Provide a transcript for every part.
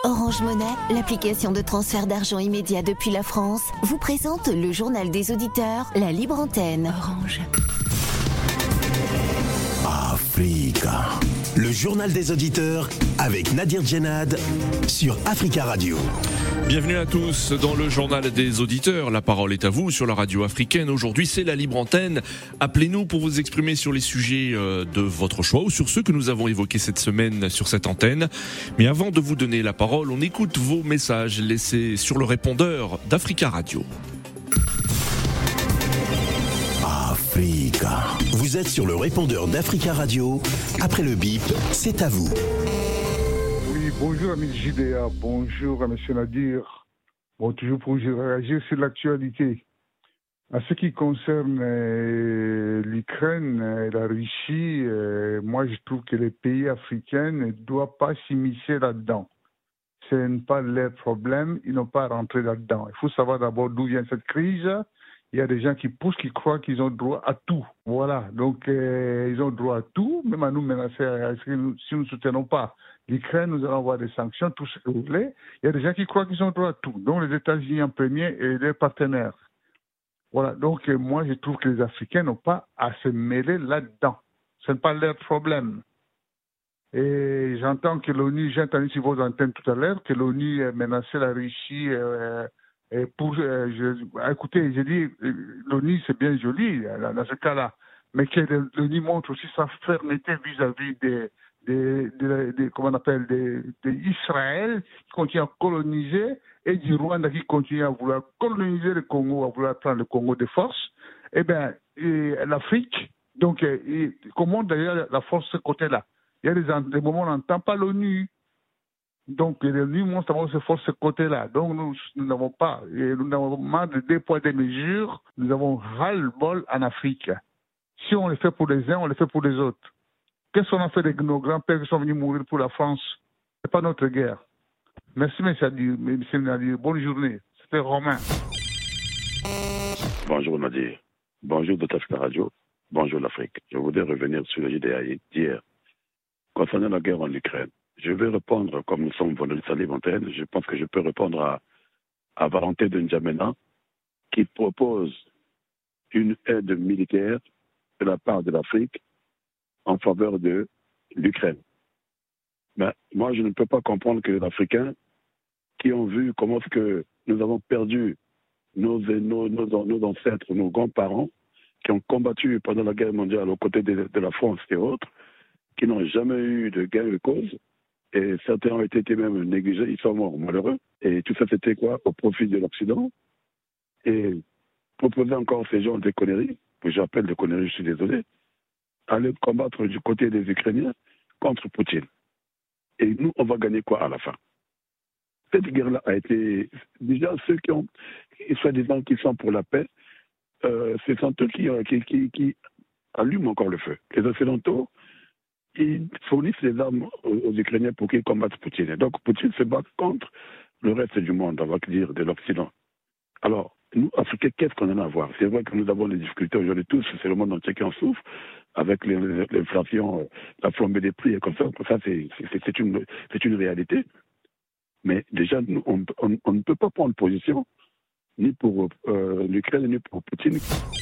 Orange Monnaie, l'application de transfert d'argent immédiat depuis la France, vous présente le journal des auditeurs, la libre antenne. Orange. Africa. Le journal des auditeurs avec Nadir Djenad sur Africa Radio. Bienvenue à tous dans le journal des auditeurs. La parole est à vous sur la radio africaine. Aujourd'hui, c'est la libre antenne. Appelez-nous pour vous exprimer sur les sujets de votre choix ou sur ceux que nous avons évoqués cette semaine sur cette antenne. Mais avant de vous donner la parole, on écoute vos messages laissés sur le répondeur d'Africa Radio. Africa. Vous êtes sur le répondeur d'Africa Radio. Après le bip, c'est à vous. Oui, bonjour à M. JDA, bonjour à M. Nadir. Bon, toujours pour réagir sur l'actualité. À ce qui concerne l'Ukraine et la Russie, moi je trouve que les pays africains ne doivent pas s'immiscer là-dedans. Ce n'est pas leur problème, ils n'ont pas à rentrer là-dedans. Il faut savoir d'abord d'où vient cette crise. Il y a des gens qui poussent, qui croient qu'ils ont droit à tout. Voilà, donc ils ont droit à tout, même à nous menacer si nous ne soutenons pas l'Ukraine, nous allons avoir des sanctions, tout ce que vous voulez. Il y a des gens qui croient qu'ils ont droit à tout, donc les États-Unis en premier et leurs partenaires. Voilà, donc moi je trouve que les Africains n'ont pas à se mêler là-dedans. Ce n'est pas leur problème. Et j'entends que l'ONU, j'ai entendu sur vos antennes tout à l'heure, que l'ONU menaçait la Russie. Écoutez, j'ai dit, l'ONU c'est bien joli dans ce cas-là, mais que l'ONU montre aussi sa fermeté vis-à-vis comment on appelle, d'Israël qui continue à coloniser et du Rwanda qui continue à vouloir coloniser le Congo, à vouloir prendre le Congo de force. Eh bien, l'Afrique, donc, comment d'ailleurs la force de ce côté-là? Il y a des moments où on n'entend pas l'ONU. Donc, l'ONU montre d'abord ce force de ce côté-là. Donc, nous n'avons pas, nous n'avons pas de deux poids, deux mesures. Nous avons ras-le-bol en Afrique. Si on le fait pour les uns, on le fait pour les autres. Qu'est-ce qu'on a fait de nos grands-pères qui sont venus mourir pour la France? Ce n'est pas notre guerre. Merci, M. Nadir. Bonne journée. C'était Romain. Bonjour Nadir. Bonjour de Africa Radio. Bonjour l'Afrique. Je voudrais revenir sur le JDA d'hier. Concernant la guerre en Ukraine, je vais répondre, comme nous sommes vendredi sa libre antenne, je pense que je peux répondre à Valentin de N'Djamena qui propose une aide militaire de la part de l'Afrique en faveur de l'Ukraine. Mais moi, je ne peux pas comprendre que les Africains qui ont vu comment est-ce que nous avons perdu nos ancêtres, nos grands-parents, qui ont combattu pendant la guerre mondiale aux côtés de la France et autres, qui n'ont jamais eu de gain de cause, et certains ont été même négligés, ils sont morts, malheureux. Et tout ça, c'était quoi? Au profit de l'Occident. Et proposer encore ces gens des conneries, que j'appelle des conneries, je suis désolé, aller combattre du côté des Ukrainiens contre Poutine. Et nous, on va gagner quoi à la fin? Cette guerre-là a été... Déjà, ceux qui ont, soi-disant, qui sont pour la paix, ce sont eux qui allument encore le feu. Les Occidentaux, ils fournissent les armes aux Ukrainiens pour qu'ils combattent Poutine. Et donc, Poutine se bat contre le reste du monde, on va dire, de l'Occident. Alors, nous, Africains, qu'est-ce qu'on en a à voir? C'est vrai que nous avons des difficultés aujourd'hui tous, c'est le monde entier qui en souffre, avec l'inflation, la flambée des prix et comme ça c'est une réalité. Mais déjà, nous, on ne peut pas prendre position ni pour l'Ukraine ni pour Poutine.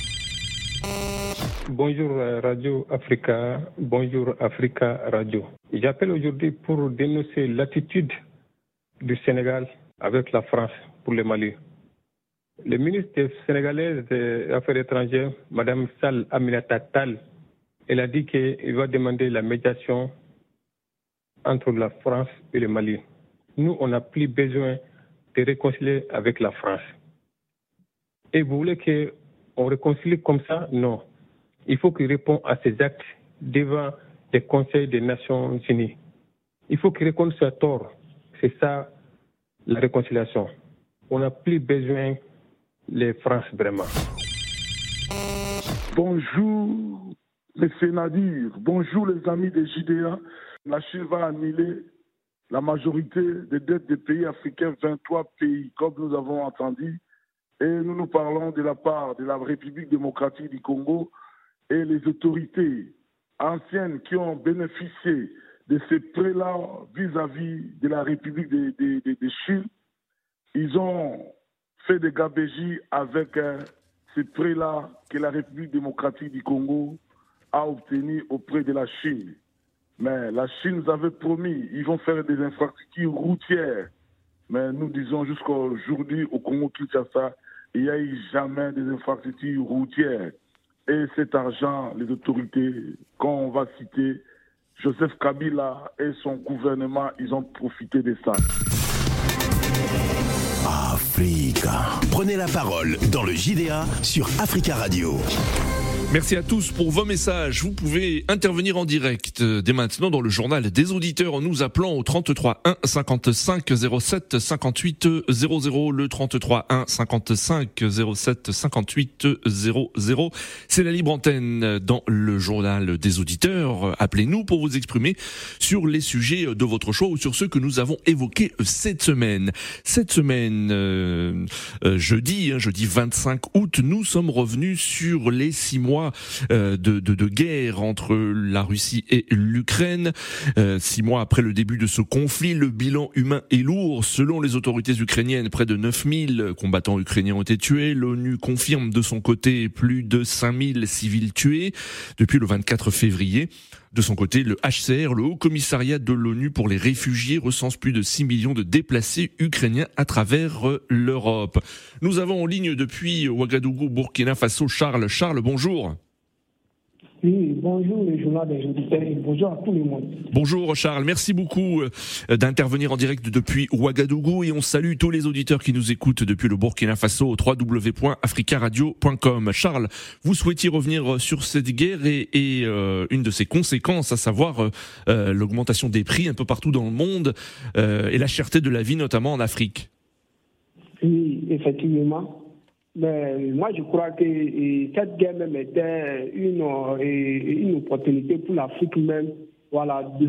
Bonjour Radio Africa, bonjour Africa Radio. J'appelle aujourd'hui pour dénoncer l'attitude du Sénégal avec la France pour le Mali. Le ministre sénégalais des Affaires étrangères, Mme Sall Aminata Tall, elle a dit qu'il va demander la médiation entre la France et le Mali. Nous, on n'a plus besoin de réconcilier avec la France. Et vous voulez qu'on réconcilie comme ça? Non. Il faut qu'il réponde à ses actes devant les conseils des Nations Unies. Il faut qu'il reconnaisse ses torts. C'est ça la réconciliation. On n'a plus besoin les France vraiment. Bonjour M. Nadir, bonjour les amis des JDA. La Chine va annuler la majorité des dettes des pays africains, 23 pays, comme nous avons entendu. Et nous parlons de la part de la République démocratique du Congo et les autorités anciennes qui ont bénéficié de ces prêts-là vis-à-vis de la République de Chine. Ils ont fait des gabégies avec ces prêts-là que la République démocratique du Congo a obtenus auprès de la Chine. Mais la Chine nous avait promis, ils vont faire des infrastructures routières. Mais nous disons jusqu'à aujourd'hui, au Congo-Kinshasa, il n'y a eu jamais des infrastructures routières. Et cet argent, les autorités, quand on va citer Joseph Kabila et son gouvernement, ils ont profité de ça. Africa. Prenez la parole dans le JDA sur Africa Radio. Merci à tous pour vos messages. Vous pouvez intervenir en direct dès maintenant dans le journal des auditeurs en nous appelant au 33 1 55 07 58 00. Le 33 1 55 07 58 00. C'est la libre antenne dans le journal des auditeurs. Appelez-nous pour vous exprimer sur les sujets de votre choix ou sur ceux que nous avons évoqués cette semaine. Cette semaine, jeudi 25 août, nous sommes revenus sur les 6 mois de guerre entre la Russie et l'Ukraine. 6 mois après le début de ce conflit, le bilan humain est lourd. Selon les autorités ukrainiennes, près de 9000 combattants ukrainiens ont été tués. L'ONU confirme de son côté plus de 5000 civils tués depuis le 24 février. De son côté, le HCR, le Haut Commissariat de l'ONU pour les réfugiés, recense plus de 6 millions de déplacés ukrainiens à travers l'Europe. Nous avons en ligne depuis Ouagadougou, Burkina Faso, Charles. Charles, bonjour. Oui, bonjour le journal des auditeurs, bonjour à tout le monde. Bonjour Charles, merci beaucoup d'intervenir en direct depuis Ouagadougou et on salue tous les auditeurs qui nous écoutent depuis le Burkina Faso au www.africaradio.com. Charles, vous souhaitiez revenir sur cette guerre et une de ses conséquences, à savoir l'augmentation des prix un peu partout dans le monde et la cherté de la vie, notamment en Afrique. Oui, effectivement. Mais moi, je crois que cette guerre même était une opportunité pour l'Afrique même, voilà, de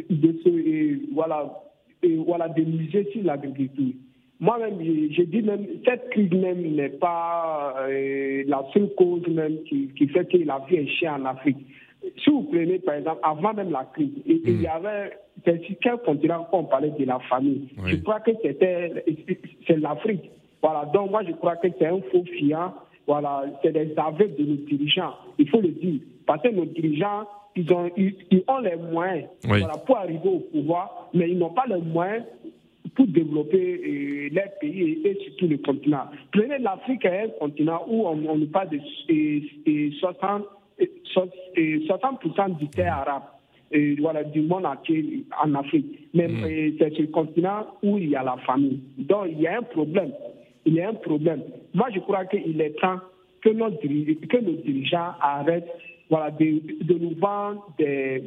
miser sur l'agriculture. Moi-même, je dis même, cette crise même n'est pas la seule cause même qui fait que la vie est chère en Afrique. Si vous prenez, par exemple, avant même la crise, il y avait, c'est sur quel continent qu'on parlait de la famille. Oui. Je crois que c'est l'Afrique. Voilà, donc moi je crois que c'est un faux fiant. Voilà, c'est des aveugles de nos dirigeants. Il faut le dire. Parce que nos dirigeants, ils ont les moyens voilà, pour arriver au pouvoir, mais ils n'ont pas les moyens pour développer leur pays et surtout le continent. Prenez l'Afrique, est un continent où on nous parle de 60% du terre arabe. Voilà, du monde entier en Afrique. Mais c'est ce continent où il y a la famine. Donc il y a un problème. Il y a un problème. Moi, je crois qu'il est temps que nos dirigeants arrêtent voilà, de nous vendre des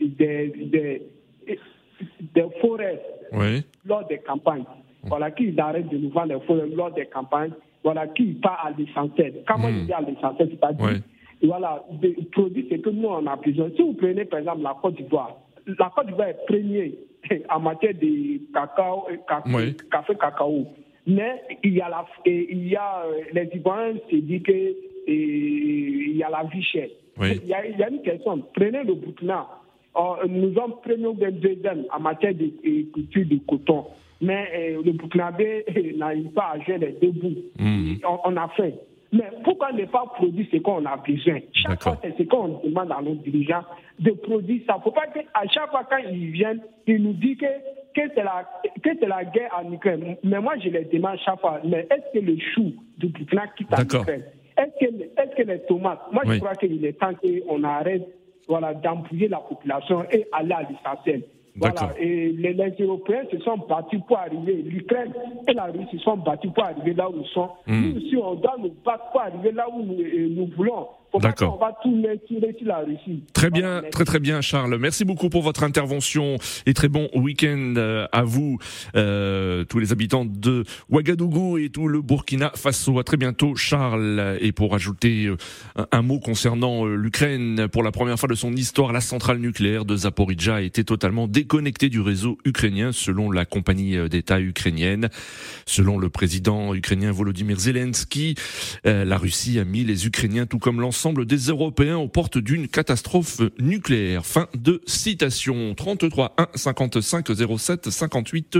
forêts lors des campagnes. Voilà, qu'ils arrêtent de nous vendre des forêts lors des campagnes. Voilà, qu'ils partent à l'essentiel. Comment ils disent à l'essentiel, c'est-à-dire voilà, des produits, c'est que nous, on a besoin. Si vous prenez, par exemple, la Côte d'Ivoire est premier en matière de cacao, café cacao. Mais il y a les Ivoiriens se disent que il y a la vie chère. Il y a une question. Prenez le Burkina. Nous sommes premiers ou deuxième en matière de culture de coton. Mais le Burkinabé n'arrive pas à gérer les deux bouts. On a fait. Mais pourquoi ne pas produire ce qu'on a besoin? Chaque fois, c'est ce qu'on demande à nos dirigeants de produire ça. Il ne faut pas qu'à chaque fois quand ils viennent, ils nous disent que c'est la guerre en Ukraine. Mais moi, je les demande chaque fois, mais est-ce que le chou du Burkina quitte en Ukraine? Est-ce que les tomates? Moi, je crois qu'il est temps qu'on arrête d'embrouiller la population et aller à l'essentiel. Voilà. Et les Européens se sont battus pour arriver, l'Ukraine et la Russie se sont battus pour arriver là où ils sont. Nous aussi, on doit nous battre pour arriver là où nous voulons. D'accord. On va tout mettre sur la Russie. Très bien, très bien, Charles. Merci beaucoup pour votre intervention et très bon week-end à vous, tous les habitants de Ouagadougou et tout le Burkina Faso. À très bientôt, Charles. Et pour ajouter un mot concernant l'Ukraine, pour la première fois de son histoire, la centrale nucléaire de Zaporijia a été totalement déconnectée du réseau ukrainien, selon la compagnie d'État ukrainienne. Selon le président ukrainien Volodymyr Zelensky, la Russie a mis les Ukrainiens, tout comme l'ensemble l'ensemble des Européens aux portes d'une catastrophe nucléaire. Fin de citation. 33 1 55 07 58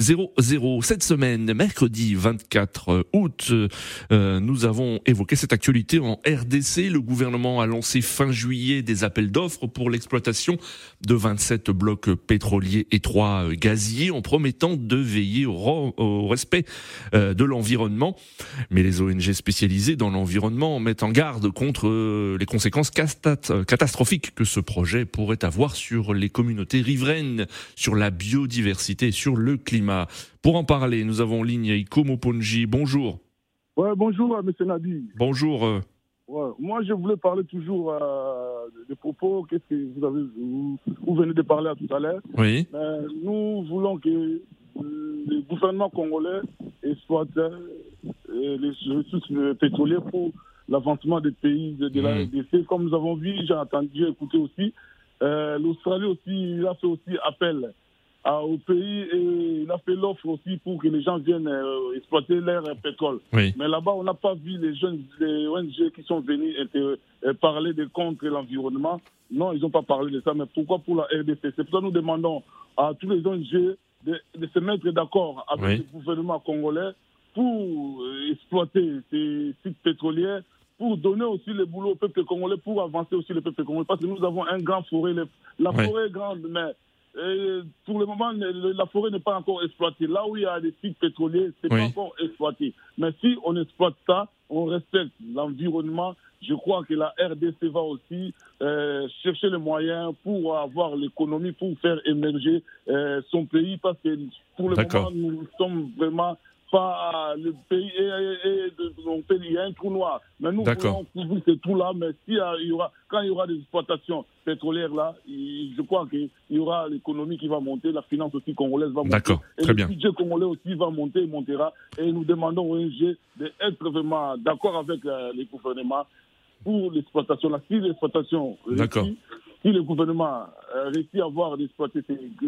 00. Cette semaine, mercredi 24 août, nous avons évoqué cette actualité en RDC. Le gouvernement a lancé fin juillet des appels d'offres pour l'exploitation de 27 blocs pétroliers et 3 gaziers en promettant de veiller au respect de l'environnement. Mais les ONG spécialisées dans l'environnement mettent en garde contre les conséquences catastrophiques que ce projet pourrait avoir sur les communautés riveraines, sur la biodiversité et sur le climat. Pour en parler, nous avons en ligne Iko Moponji. Bonjour. Ouais, bonjour, M. Nadi. Bonjour. Ouais, moi, je voulais parler toujours des propos que vous venez de parler tout à l'heure. Oui. Nous voulons que le gouvernement congolais exploite les ressources pétrolières pour l'avancement des pays de la RDC. Comme nous avons vu, j'ai écouté aussi, l'Australie aussi, il a fait aussi appel au pays et il a fait l'offre aussi pour que les gens viennent exploiter leur pétrole. Oui. Mais là-bas, on n'a pas vu les ONG qui sont venus parler contre l'environnement. Non, ils n'ont pas parlé de ça. Mais pourquoi pour la RDC? C'est pour ça que nous demandons à tous les ONG de se mettre d'accord avec le gouvernement congolais pour exploiter ces sites pétroliers, pour donner aussi le boulot au peuple congolais, pour avancer aussi le peuple congolais. Parce que nous avons un grand forêt. La forêt est grande, mais pour le moment, la forêt n'est pas encore exploitée. Là où il y a des sites pétroliers, ce n'est pas encore exploité. Mais si on exploite ça, on respecte l'environnement, je crois que la RDC va aussi chercher les moyens pour avoir l'économie, pour faire émerger son pays, parce que pour le moment, nous sommes vraiment pas le pays il y a un trou noir. Mais nous voulons couvrir ce trou-là, mais quand il y aura des exploitations pétrolières là, je crois qu'il y aura l'économie qui va monter, la finance aussi congolaise va monter. D'accord, très bien. Le budget congolais aussi va monter et montera. Et nous demandons aux ONG d'être vraiment d'accord avec les gouvernements pour l'exploitation là. Si l'exploitation réussit, si le gouvernement réussit à avoir d'exploiter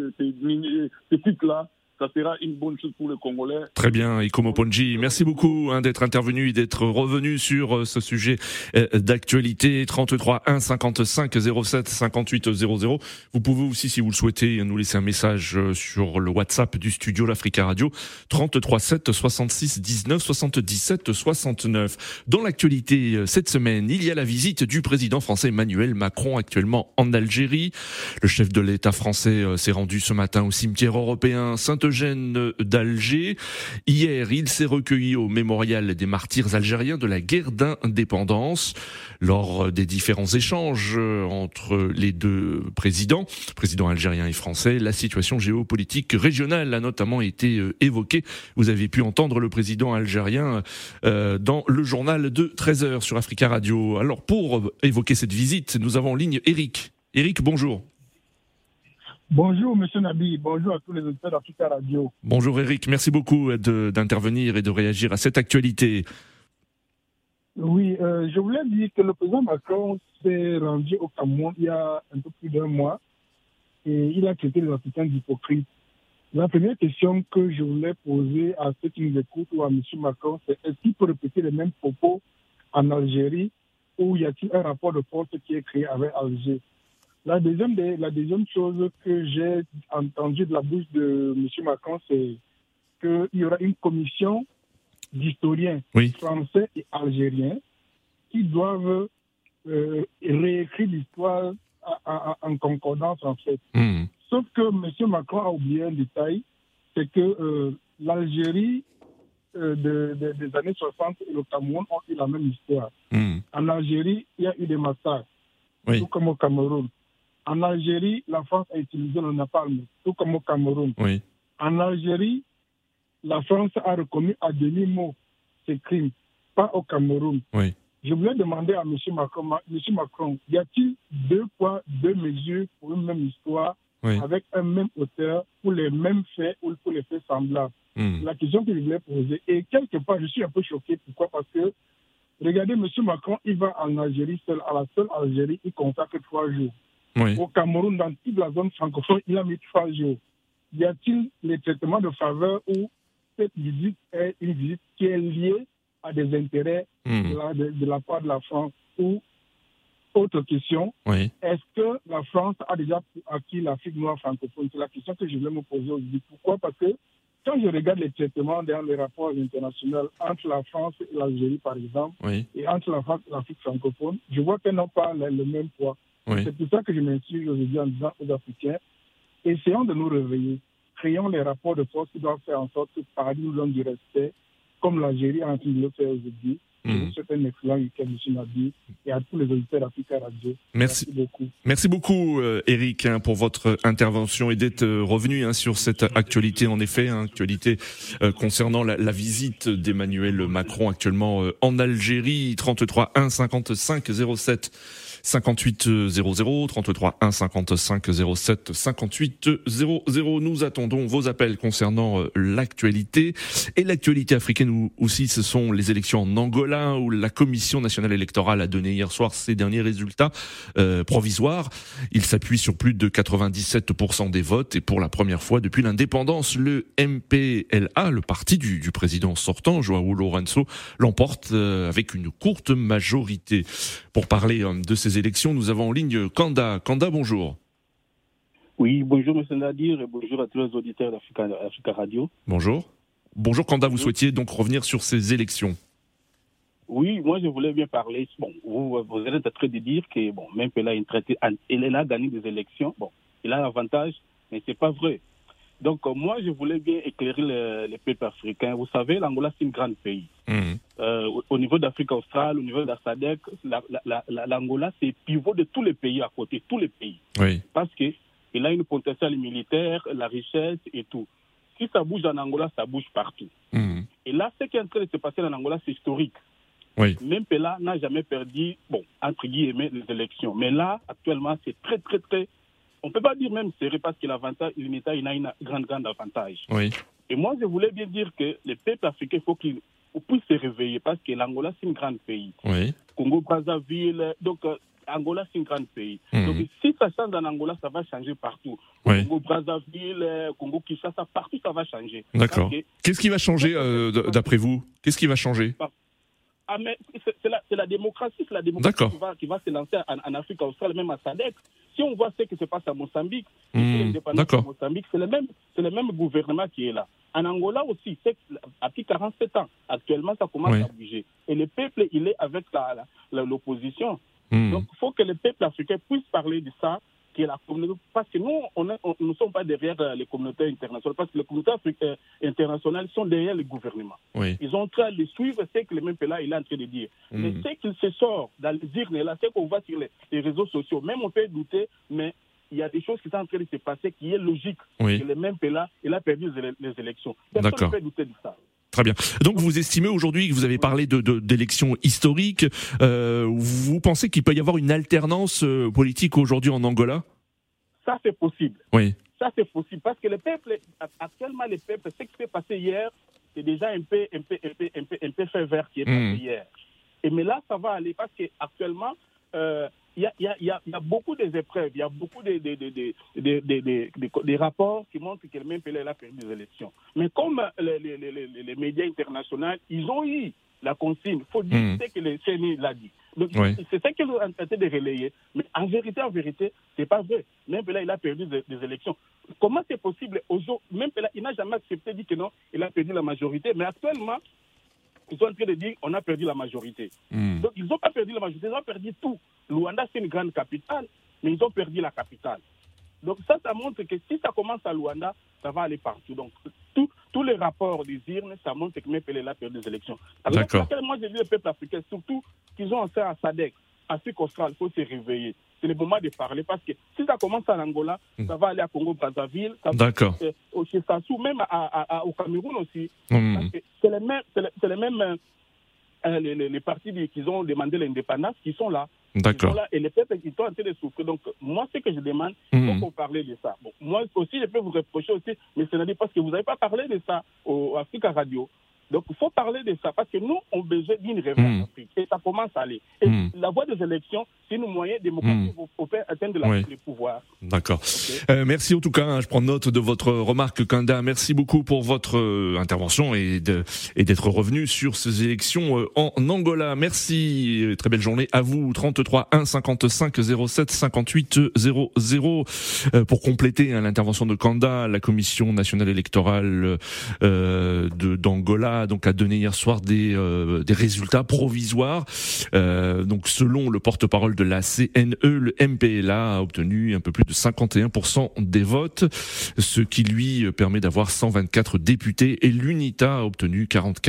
ces sites-là, ça sera une bonne chose pour les Congolais. Très bien, Iko Moponji. Merci beaucoup d'être intervenu et d'être revenu sur ce sujet d'actualité. 33 1 55 07 58 00. Vous pouvez aussi, si vous le souhaitez, nous laisser un message sur le WhatsApp du studio l'Africa Radio. 33 7 66 19 77 69. Dans l'actualité cette semaine, il y a la visite du président français Emmanuel Macron actuellement en Algérie. Le chef de l'État français s'est rendu ce matin au cimetière européen Saint-Eugène d'Alger. Hier, il s'est recueilli au mémorial des martyrs algériens de la guerre d'indépendance. Lors des différents échanges entre les deux présidents algérien et français, la situation géopolitique régionale a notamment été évoquée. Vous avez pu entendre le président algérien dans le journal de 13h sur Africa Radio. Alors, pour évoquer cette visite, nous avons en ligne Eric. Eric, bonjour. Bonjour, monsieur Nabi. Bonjour à tous les auditeurs d'Africa Radio. Bonjour, Eric. Merci beaucoup d'intervenir et de réagir à cette actualité. Oui, je voulais dire que le président Macron s'est rendu au Cameroun il y a un peu plus d'un mois et il a traité les Africains d'hypocrites. La première question que je voulais poser à ceux qui nous écoutent ou à monsieur Macron, c'est est-ce qu'il peut répéter les mêmes propos en Algérie ou y a-t-il un rapport de force qui est créé avec Alger? La deuxième chose que j'ai entendue de la bouche de M. Macron, c'est qu'il y aura une commission d'historiens français et algériens qui doivent réécrire l'histoire en concordance, en fait. Sauf que M. Macron a oublié un détail, c'est que l'Algérie des années 60 et le Cameroun ont eu la même histoire. En Algérie, il y a eu des massacres, tout comme au Cameroun. En Algérie, la France a utilisé le napalm, tout comme au Cameroun. En Algérie, la France a reconnu à demi-mot ces crimes, pas au Cameroun. Je voulais demander à M. Macron, y a-t-il 2 poids, 2 mesures pour une même histoire, avec un même auteur, pour les mêmes faits ou pour les faits semblables? La question que je voulais poser. Et quelque part, je suis un peu choqué. Pourquoi? Parce que, regardez, M. Macron, il va en Algérie seul. À la seule Algérie, il consacre 3 jours. Au Cameroun, dans toute la zone francophone, il a mis 3 jours. Y a-t-il les traitements de faveur où cette visite est une visite qui est liée à des intérêts de la part de la France, ou autre question. Oui. Est-ce que la France a déjà acquis l'Afrique noire francophone? C'est la question que je voulais me poser aujourd'hui. Pourquoi? Parce que quand je regarde les traitements dans les rapports internationaux entre la France et l'Algérie, par exemple, et entre la France et l'Afrique francophone, je vois qu'elles n'ont pas le même poids. Oui. C'est pour ça que je m'insurge aujourd'hui en disant aux Africains, essayons de nous réveiller. Créons les rapports de force qui doivent faire en sorte que Paris nous donne du respect, comme l'Algérie est en train de le faire aujourd'hui. Je vous souhaite un excellent week-end, M. Nadir, et à tous les auditeurs d'Africa Radio. Merci beaucoup. Merci beaucoup, Eric, pour votre intervention et d'être revenu sur cette actualité, en effet, actualité concernant la visite d'Emmanuel Macron actuellement en Algérie. 33 1 55 07 58 00, 33 1 55 07 58 00. Nous attendons vos appels concernant l'actualité. Et l'actualité africaine aussi, ce sont les élections en Angola, où la Commission nationale électorale a donné hier soir ses derniers résultats provisoires. Il s'appuie sur plus de 97% des votes, et pour la première fois depuis l'indépendance, le MPLA, le parti du président sortant, João Lourenço, l'emporte avec une courte majorité. Pour parler de ces élections, nous avons en ligne Kanda. Kanda, bonjour. Oui, bonjour M. Nadir et bonjour à tous les auditeurs d'Africa Radio. Bonjour. Bonjour Kanda, vous souhaitiez donc revenir sur ces élections? Oui, moi je voulais bien parler. Bon, vous êtes en train de dire que même là, il a gagné des élections. Bon, il a l'avantage, mais c'est pas vrai. Donc moi je voulais bien éclairer les peuples africains. Vous savez, l'Angola c'est un grand pays. Au niveau d'Afrique australe, au niveau de la SADC, l'Angola c'est pivot de tous les pays à côté, tous les pays. Oui. Parce que il a une potentiel militaire, la richesse et tout. Si ça bouge en Angola, ça bouge partout. Et là, ce qui est en train de se passer en Angola, c'est historique. Oui. Même Pela n'a jamais perdu, entre guillemets, les élections. Mais là, actuellement, c'est très, très, très... On ne peut pas dire même serré parce que l'avantage, l'État, il a une grande avantage. Oui. Et moi, je voulais bien dire que les peuples africains, il faut qu'ils puissent se réveiller parce que l'Angola, c'est un grand pays. Oui. Congo-Brazzaville, donc... Angola, c'est un grand pays. Donc, si ça change en Angola, ça va changer partout. Oui. Congo-Brazzaville, Congo-Kinshasa, partout, ça va changer. D'accord. Qu'est-ce qui va changer, d'après vous? Qu'est-ce qui va changer? Mais c'est la démocratie, qui va se lancer en Afrique australe, même à SADC. Si on voit ce qui se passe à Mozambique, l'indépendance de Mozambique, c'est le même gouvernement qui est là. En Angola aussi, c'est depuis 47 ans, actuellement, ça commence à bouger. Et le peuple, il est avec l'opposition. Donc, il faut que les peuples africains puissent parler de ça, parce que nous, nous ne sommes pas derrière les communautés internationales, parce que les communautés internationales sont derrière le gouvernement. Oui. Ils sont en train de suivre ce que le même là il est en train de dire. Mais ce qu'il se sort dans les urnes, là, ce qu'on voit sur les réseaux sociaux, même on peut douter, mais il y a des choses qui sont en train de se passer qui est logique. Oui. Que le même là, il a perdu les élections. Personne ne peut douter de ça. Très bien. Donc vous estimez aujourd'hui que vous avez parlé d'élections historiques. Vous pensez qu'il peut y avoir une alternance politique aujourd'hui en Angola? Ça c'est possible. Oui. Ça c'est possible parce que actuellement les peuples, ce qui s'est passé hier, c'est déjà un peu fait vert qui est passé hier. Mais là ça va aller parce que actuellement il y a beaucoup d'épreuves, il y a beaucoup des rapports qui montrent que le même pays a perdu des élections. Mais comme les médias internationaux, ils ont eu la consigne, il faut dire ce que le CNI l'a dit. Donc, c'est ça qu'ils ont tenté de relayer. Mais en vérité, c'est pas vrai. Même là, il a perdu des élections. Comment c'est possible? Même là, il n'a jamais accepté de dire que non, il a perdu la majorité. Mais actuellement, ils sont en train de dire qu'on a perdu la majorité. Donc, ils n'ont pas perdu la majorité, ils ont perdu tout. Luanda, c'est une grande capitale, mais ils ont perdu la capitale. Donc, ça montre que si ça commence à Luanda, ça va aller partout. Donc, tous les rapports des urnes, ça montre que Mepele a perdu des élections. Alors, moi, j'ai dit le peuple africain, surtout qu'ils ont affaire à SADC, Afrique australe, il faut se réveiller. C'est le moment de parler parce que si ça commence à Angola, ça va aller à Congo-Brazzaville, ça va aller chez Sassou, même au Cameroun aussi. Parce que c'est les mêmes les partis qui ont demandé l'indépendance qui sont là. D'accord. Ils sont là et les peuples qui sont en train de souffrir. Donc, moi, ce que je demande, il faut parler de ça. Bon, moi aussi, je peux vous reprocher aussi, mais c'est parce que vous n'avez pas parlé de ça à Africa Radio. Donc, il faut parler de ça, parce que nous, on a besoin d'une réforme en Afrique, et ça commence à aller. Et la voie des élections, c'est un moyen démocratique pour faire atteindre le pouvoir. D'accord. Okay. Merci en tout cas, je prends note de votre remarque, Kanda. Merci beaucoup pour votre intervention et d'être revenu sur ces élections en Angola. Merci, très belle journée à vous. 33 1 55 07 58 00. Pour compléter l'intervention de Kanda, la Commission nationale électorale d'Angola donc a donné hier soir des résultats provisoires. Donc selon le porte-parole de la CNE, le MPLA a obtenu un peu plus de 51% des votes, ce qui lui permet d'avoir 124 députés, et l'UNITA a obtenu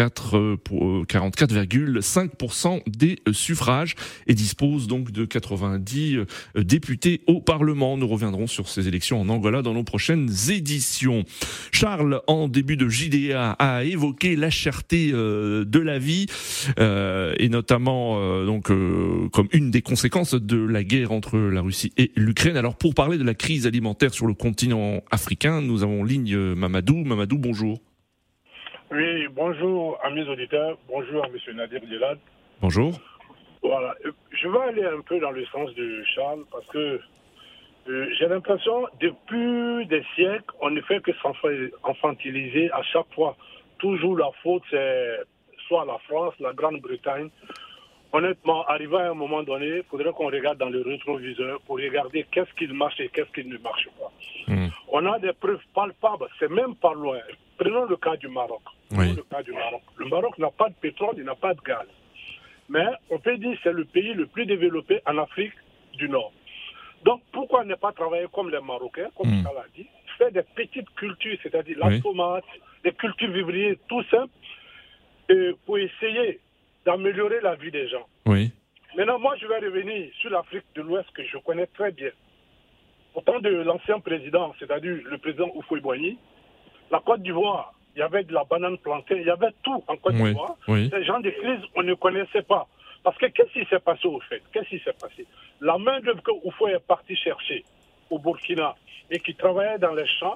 44,5% des suffrages et dispose donc de 90 députés au Parlement. Nous reviendrons sur ces élections en Angola dans nos prochaines éditions. Charles, en début de JDA, a évoqué la cherté de la vie et notamment comme une des conséquences de la guerre entre la Russie et l'Ukraine. Alors pour parler de la crise alimentaire sur le continent africain, nous avons en ligne Mamadou. Mamadou, bonjour. Oui, bonjour à mes auditeurs, bonjour à M. Nadir Djelad. Bonjour. Voilà, je vais aller un peu dans le sens de Charles parce que j'ai l'impression, depuis des siècles, on ne fait que s'enfantiliser à chaque fois. Toujours la faute, c'est soit la France, la Grande-Bretagne. Honnêtement, arrivé à un moment donné, il faudrait qu'on regarde dans le rétroviseur pour regarder qu'est-ce qui marche et qu'est-ce qui ne marche pas. On a des preuves palpables, c'est même pas loin. Prenons le cas du Maroc. Le Maroc n'a pas de pétrole, il n'a pas de gaz. Mais on peut dire que c'est le pays le plus développé en Afrique du Nord. Donc, pourquoi ne pas travailler comme les Marocains, comme ça l'a dit, faire des petites cultures, c'est-à-dire la tomate, des cultures vivrières, tout simple, pour essayer d'améliorer la vie des gens. Maintenant, moi, je vais revenir sur l'Afrique de l'Ouest que je connais très bien. Au temps de l'ancien président, c'est-à-dire le président Houphouët-Boigny, la Côte d'Ivoire, il y avait de la banane plantée, il y avait tout en Côte d'Ivoire. Ces gens de crise, on ne connaissait pas. Parce que qu'est-ce qui s'est passé au fait? Qu'est-ce qui s'est passé? La main-d'œuvre que Houphouët est parti chercher au Burkina et qui travaillait dans les champs,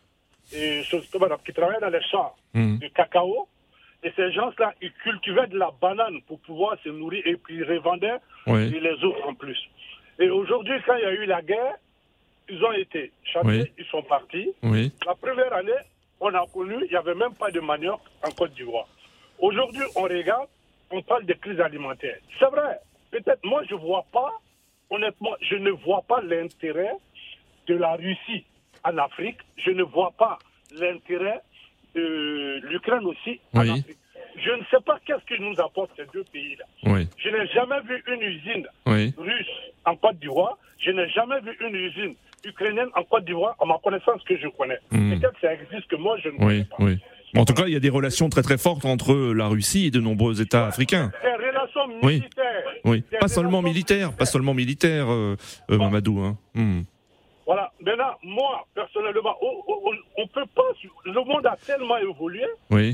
de cacao, et ces gens-là, ils cultivaient de la banane pour pouvoir se nourrir et puis ils revendaient et les autres en plus. Et aujourd'hui, quand il y a eu la guerre, ils ont été chassés, ils sont partis. La première année, on a connu, il n'y avait même pas de manioc en Côte d'Ivoire. Aujourd'hui, on regarde, on parle de crise alimentaire. C'est vrai, peut-être moi je vois pas, honnêtement, je ne vois pas l'intérêt de la Russie en Afrique. Je ne vois pas l'intérêt de l'Ukraine aussi en Afrique. Je ne sais pas qu'est-ce que nous apportent ces deux pays-là. Je n'ai jamais vu une usine russe en Côte d'Ivoire. Je n'ai jamais vu une usine ukrainienne en Côte d'Ivoire, à ma connaissance que je connais. Peut-être que ça existe que moi je ne connais pas. En tout cas, il y a des relations très très fortes entre la Russie et de nombreux États africains. Des relations militaires. Pas seulement militaires, Mamadou. Voilà. Maintenant, moi, personnellement, on peut pas... Le monde a tellement évolué.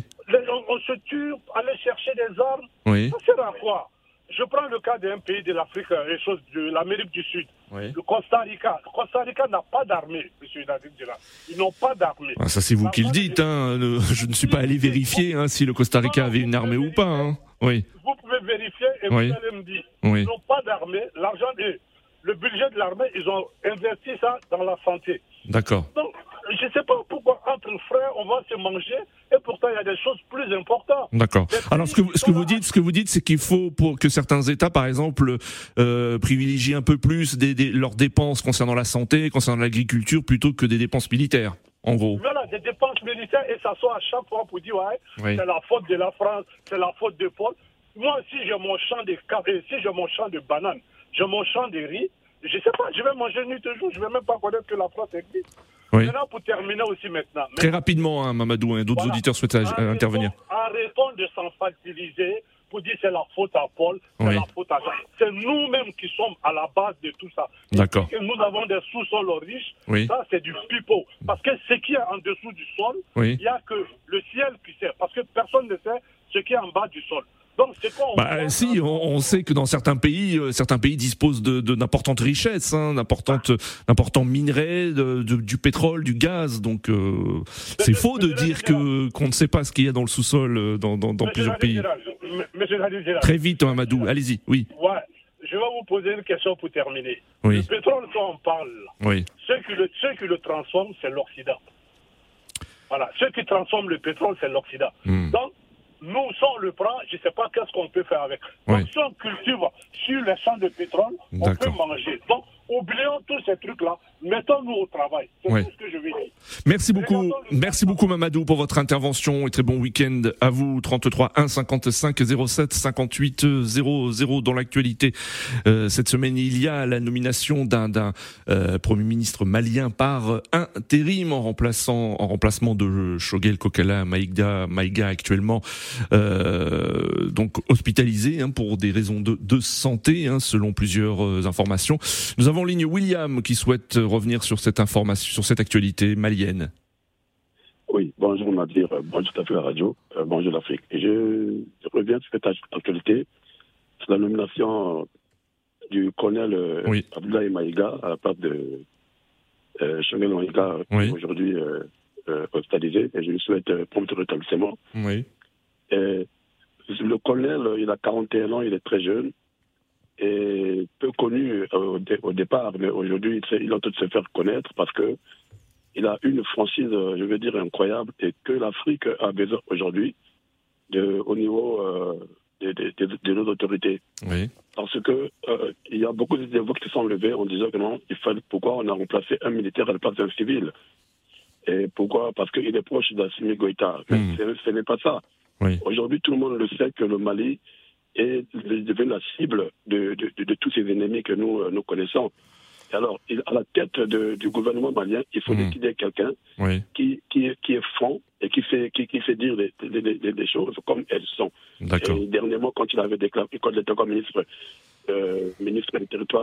On se tue, aller chercher des armes. Ça sert à quoi? Je prends le cas d'un pays de l'Afrique, de l'Amérique du Sud, le Costa Rica. Le Costa Rica n'a pas d'armée, monsieur David Djela. Ils n'ont pas d'armée. Ça, c'est vous qui le dites. Je ne suis pas allé vérifier si le Costa Rica avait une armée ou pas. Vous pouvez vérifier et vous allez me dire. Ils n'ont pas d'armée. L'argent, le budget de l'armée, ils ont investi ça dans la santé. D'accord. Donc, je ne sais pas pourquoi entre frères, on va se manger, et pourtant il y a des choses plus importantes. D'accord. Alors ce que vous dites, c'est qu'il faut pour que certains États, par exemple, privilégient un peu plus leurs dépenses concernant la santé, concernant l'agriculture, plutôt que des dépenses militaires. En gros. Voilà, des dépenses militaires, et ça soit à chaque fois pour dire c'est la faute de la France, c'est la faute de Paul. Moi, si j'ai mon champ de bananes, j'ai mon champ de riz, je ne sais pas, je vais manger nuit et jour, je ne vais même pas connaître que la France existe. Maintenant, pour terminer aussi maintenant. Très rapidement, Mamadou, d'autres auditeurs souhaitent intervenir. Arrêtons de s'enfantiliser pour dire c'est la faute à Paul, c'est la faute à Jean. C'est nous-mêmes qui sommes à la base de tout ça. D'accord. Et nous avons des sous-sols riches, ça c'est du pipeau. Parce que ce qui est en dessous du sol, il n'y a que le ciel qui sait. Parce que personne ne sait ce qui est en bas du sol. Donc, c'est quoi on sait que dans certains pays disposent de d'importantes richesses, d'importants minerais, du pétrole, du gaz. Donc, c'est faux de dire qu'on ne sait pas ce qu'il y a dans le sous-sol dans plusieurs pays. Gérard, très vite, Amadou, allez-y, oui. Ouais, je vais vous poser une question pour terminer. Oui. Le pétrole, quand on parle, oui. ceux qui le transforment, c'est l'Occident. Voilà, ceux qui transforment le pétrole, c'est l'Occident. Donc, nous, si on le prend, je ne sais pas qu'est-ce qu'on peut faire avec. Donc, si on cultive sur les champs de pétrole, on peut manger. Donc, oublions tous ces trucs-là, mettons-nous au travail. C'est tout ce que je veux dire. Merci beaucoup Mamadou pour votre intervention et très bon week-end à vous. 33 1 55 07 58 00 dans l'actualité. Cette semaine, il y a la nomination d'un Premier ministre malien par intérim en remplacement de Choguel Kokala Maïga actuellement donc hospitalisé pour des raisons de santé selon plusieurs informations. Nous avons en ligne William qui souhaite revenir sur cette information, sur cette actualité malienne. Oui, bonjour Nadir, bonjour à la radio, bonjour l'Afrique. Et je reviens sur cette actualité, c'est la nomination du colonel Abdoulaye Maïga à la place de Choguel Maïga, aujourd'hui hospitalisé, et je lui souhaite prompt rétablissement. Oui. Le colonel, il a 41 ans, il est très jeune. Et peu connu au départ, mais aujourd'hui, il est en train de se faire connaître parce que il a une franchise, je veux dire, incroyable, et que l'Afrique a besoin aujourd'hui au niveau de nos autorités. Oui. Parce que il y a beaucoup de voix qui sont levées en disant que non, pourquoi on a remplacé un militaire à la place d'un civil. Et pourquoi? Parce qu'il est proche d'Assimi Goïta. Ce n'est pas ça. Oui. Aujourd'hui, tout le monde le sait que le Mali est devenu la cible de tous ces ennemis que nous connaissons. Et alors, à la tête du gouvernement malien, il faut décider quelqu'un qui est franc et qui fait dire des choses comme elles sont. D'accord. Et dernièrement, quand il avait déclaré quand il était comme ministre du territoire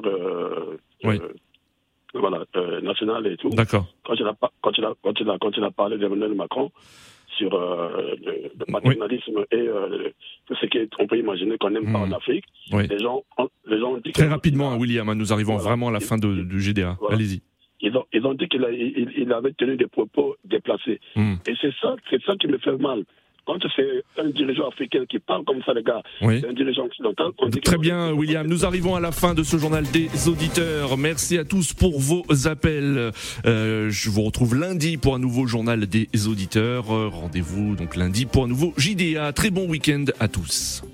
national et tout. D'accord. Quand il a parlé d'Emmanuel Macron sur le paternalisme et tout ce qu'on peut imaginer qu'on n'aime pas en Afrique, les gens ont dit très rapidement, William, nous arrivons vraiment à la fin du GDA. Voilà. Allez-y. Ils ont dit qu'il avait tenu des propos déplacés. Et c'est ça qui me fait mal. Quand c'est un dirigeant africain qui parle comme ça, les gars, c'est un dirigeant occidental. Très bien, William. Nous arrivons à la fin de ce journal des auditeurs. Merci à tous pour vos appels. Je vous retrouve lundi pour un nouveau journal des auditeurs. Rendez-vous donc lundi pour un nouveau JDA. Très bon week-end à tous.